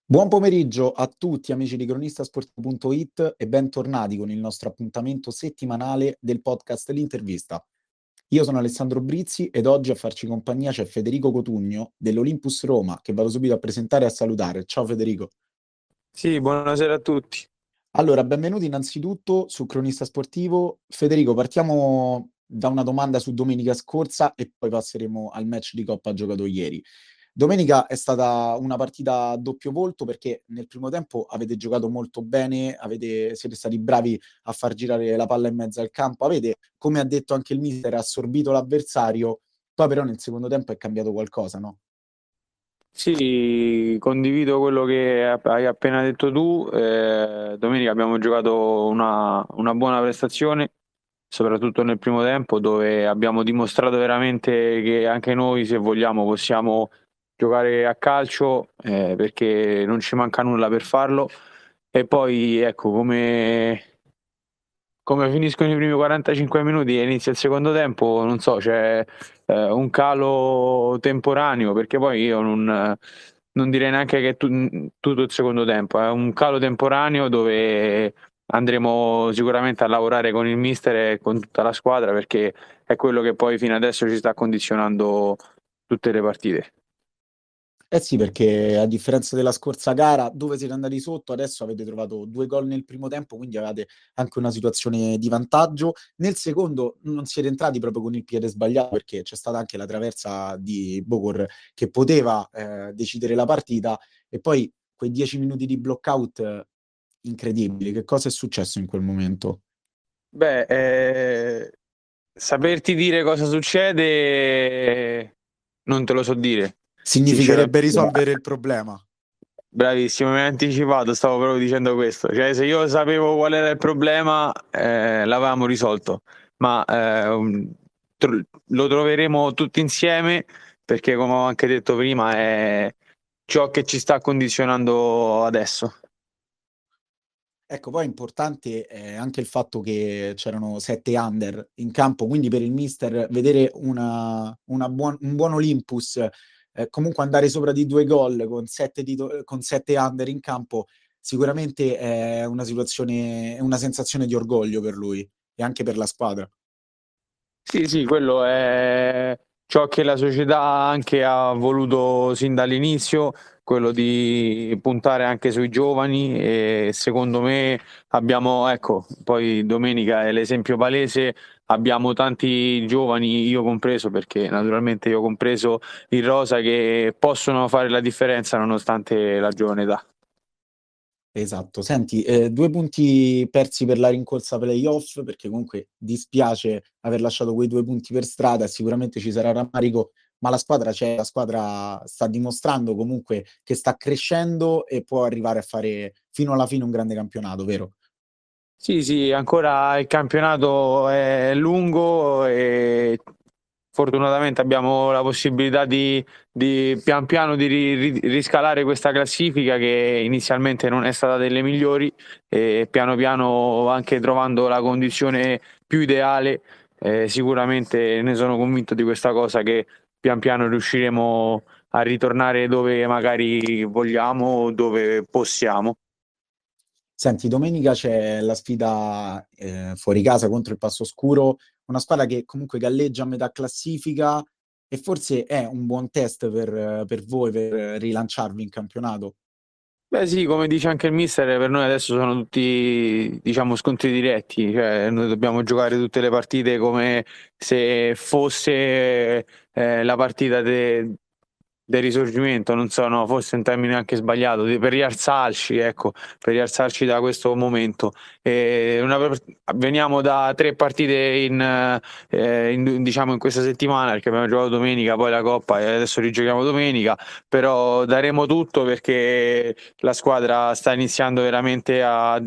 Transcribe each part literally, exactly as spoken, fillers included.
Buon pomeriggio a tutti amici di cronistasportivo punto it e bentornati con il nostro appuntamento settimanale del podcast L'Intervista. Io sono Alessandro Brizzi ed oggi a farci compagnia c'è Federico Cotugno dell'Olympus Roma che vado subito a presentare e a salutare. Ciao Federico. Sì, buonasera a tutti. Allora, benvenuti innanzitutto su Cronista Sportivo. Federico, partiamo da una domanda su domenica scorsa e poi passeremo al match di Coppa giocato ieri. Domenica è stata una partita a doppio volto perché nel primo tempo avete giocato molto bene, avete, siete stati bravi a far girare la palla in mezzo al campo, avete, come ha detto anche il mister, assorbito l'avversario, poi però nel secondo tempo è cambiato qualcosa, no? Sì, condivido quello che hai appena detto tu. Eh, domenica abbiamo giocato una, una buona prestazione, soprattutto nel primo tempo, dove abbiamo dimostrato veramente che anche noi, se vogliamo, possiamo giocare a calcio, eh, perché non ci manca nulla per farlo. E poi, ecco, come come finiscono i primi quarantacinque minuti e inizia il secondo tempo, non so, c'è eh, un calo temporaneo, perché poi io non, non direi neanche che è tu- tutto il secondo tempo, è un calo temporaneo dove andremo sicuramente a lavorare con il mister e con tutta la squadra, perché è quello che poi fino adesso ci sta condizionando tutte le partite. Eh sì, perché a differenza della scorsa gara, dove siete andati sotto, adesso avete trovato due gol nel primo tempo, quindi avevate anche una situazione di vantaggio. Nel secondo non siete entrati proprio con il piede sbagliato, perché c'è stata anche la traversa di Bogor che poteva eh, decidere la partita, e poi quei dieci minuti di blockout eh, incredibili. Che cosa è successo in quel momento? Beh, eh, saperti dire cosa succede non te lo so dire, Significherebbe sinceramente. risolvere il problema. Bravissimo, mi hai anticipato, stavo proprio dicendo questo. Cioè, se io sapevo qual era il problema, eh, l'avevamo risolto, ma ehm, tro- lo troveremo tutti insieme perché, come ho anche detto prima, è ciò che ci sta condizionando adesso. Ecco, poi è importante eh, anche il fatto che c'erano sette under in campo, quindi per il mister vedere una, una buon- un buon Olympus, eh, comunque andare sopra di due gol con sette, tito- con sette under in campo, sicuramente è una situazione, è una sensazione di orgoglio per lui e anche per la squadra. Sì, sì, quello è ciò che la società anche ha voluto sin dall'inizio, quello di puntare anche sui giovani e secondo me abbiamo, ecco, poi domenica è l'esempio palese, abbiamo tanti giovani, io compreso, perché naturalmente io compreso in rosa, che possono fare la differenza nonostante la giovane età. Esatto, senti, eh, due punti persi per la rincorsa playoff, perché comunque dispiace aver lasciato quei due punti per strada e sicuramente ci sarà rammarico, ma la squadra c'è, la squadra sta dimostrando comunque che sta crescendo e può arrivare a fare fino alla fine un grande campionato, vero? Sì, sì, ancora il campionato è lungo e fortunatamente abbiamo la possibilità di, di pian piano di ri- ri- riscalare questa classifica, che inizialmente non è stata delle migliori, e piano piano anche trovando la condizione più ideale, eh, sicuramente ne sono convinto di questa cosa, che pian piano riusciremo a ritornare dove magari vogliamo, dove possiamo. Senti, domenica c'è la sfida eh, fuori casa contro il Passo Scuro, una squadra che comunque galleggia a metà classifica e forse è un buon test per, per voi per rilanciarvi in campionato. Beh sì, come dice anche il mister, per noi adesso sono tutti, diciamo, scontri diretti, cioè noi dobbiamo giocare tutte le partite come se fosse eh, la partita de- del risorgimento, non so, no, forse è un termine anche sbagliato, di- per rialzarci, ecco, per rialzarci da questo momento. E una per- veniamo da tre partite in, eh, in- diciamo, in questa settimana, perché abbiamo giocato domenica, poi la Coppa e adesso rigiochiamo domenica, però daremo tutto perché la squadra sta iniziando veramente a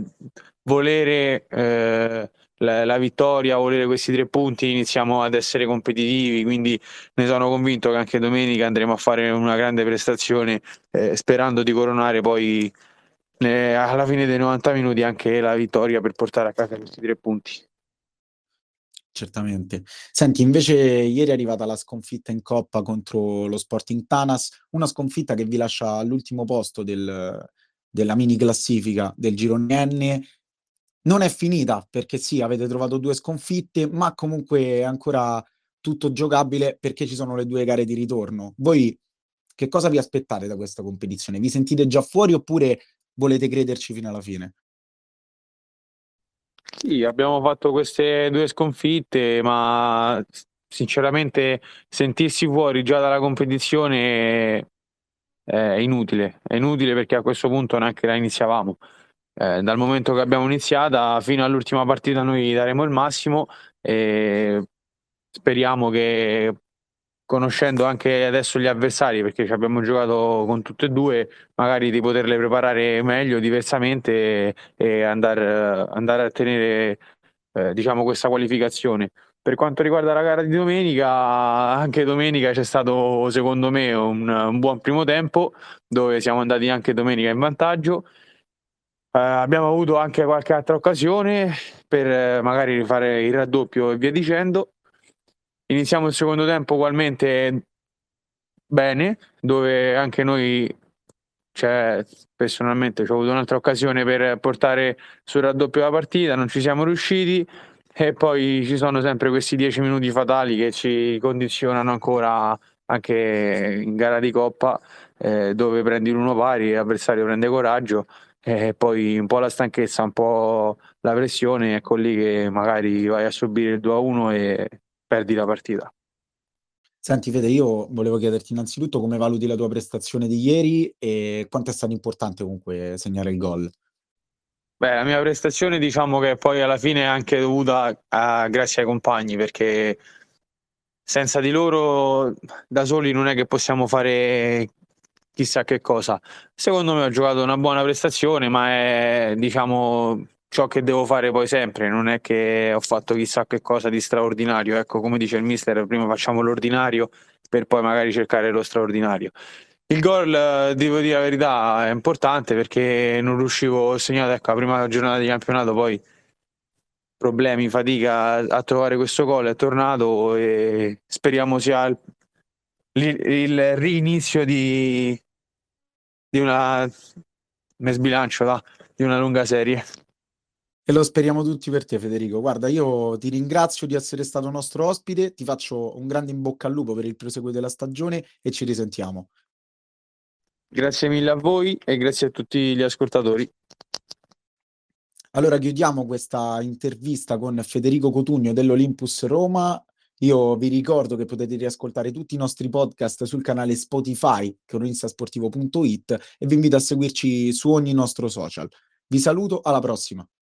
volere eh, la, la vittoria, a volere questi tre punti, iniziamo ad essere competitivi, quindi ne sono convinto che anche domenica andremo a fare una grande prestazione, eh, sperando di coronare poi eh, alla fine dei novanta minuti anche la vittoria per portare a casa questi tre punti. Certamente. Senti, invece ieri è arrivata la sconfitta in Coppa contro lo Sporting Tanas, una sconfitta che vi lascia all'ultimo posto del della mini classifica del girone N. Non è finita, perché sì, avete trovato due sconfitte, ma comunque è ancora tutto giocabile perché ci sono le due gare di ritorno. Voi che cosa vi aspettate da questa competizione? Vi sentite già fuori oppure volete crederci fino alla fine? Sì, abbiamo fatto queste due sconfitte, ma s sinceramente sentirsi fuori già dalla competizione è inutile. È inutile perché a questo punto neanche la iniziavamo. Ehm, dal momento che abbiamo iniziata fino all'ultima partita noi daremo il massimo e speriamo che, conoscendo anche adesso gli avversari, perché ci abbiamo giocato con tutte e due, magari di poterle preparare meglio, diversamente e andar andare a ottenere, ehm, diciamo questa qualificazione. Per quanto riguarda la gara di domenica, anche domenica c'è stato secondo me un un buon primo tempo, dove siamo andati anche domenica in vantaggio. Ehm, abbiamo avuto anche qualche altra occasione per eh, magari fare il raddoppio e via dicendo. Iniziamo il secondo tempo ugualmente bene, dove anche noi, cioè personalmente c'ho avuto un'altra occasione per portare sul raddoppio la partita, non ci siamo riusciti e poi ci sono sempre questi dieci minuti fatali che ci condizionano ancora anche in gara di coppa, ehm, dove prendi l'uno pari e l'avversario prende coraggio e poi un po' la stanchezza, un po' la pressione, ecco lì che magari vai a subire il due a uno e perdi la partita. Senti Fede, io volevo chiederti innanzitutto come valuti la tua prestazione di ieri e quanto è stato importante comunque segnare il gol. Beh, la mia prestazione diciamo che poi alla fine è anche dovuta a grazie ai compagni, perché senza di loro da soli non è che possiamo fare chissà che cosa. Secondo me ho giocato una buona prestazione, ma è diciamo ciò che devo fare poi sempre, non è che ho fatto chissà che cosa di straordinario. Ecco, come dice il mister, prima facciamo l'ordinario per poi magari cercare lo straordinario. Il gol, eh, devo dire la verità, è importante perché non riuscivo, ho segnato ecco, la prima giornata di campionato, poi problemi, fatica a a trovare questo gol, è tornato e speriamo sia il li il rinizio di di una me sbilancio va, di una lunga serie. E lo speriamo tutti per te Federico. Guarda, io ti ringrazio di essere stato nostro ospite, ti faccio un grande in bocca al lupo per il proseguo della stagione e ci risentiamo. Grazie mille a voi e grazie a tutti gli ascoltatori. Allora chiudiamo questa intervista con Federico Cotugno dell'Olympus Roma. Io vi ricordo che potete riascoltare tutti i nostri podcast sul canale Spotify, cronistasportivo punto it, e vi invito a seguirci su ogni nostro social. Vi saluto, alla prossima.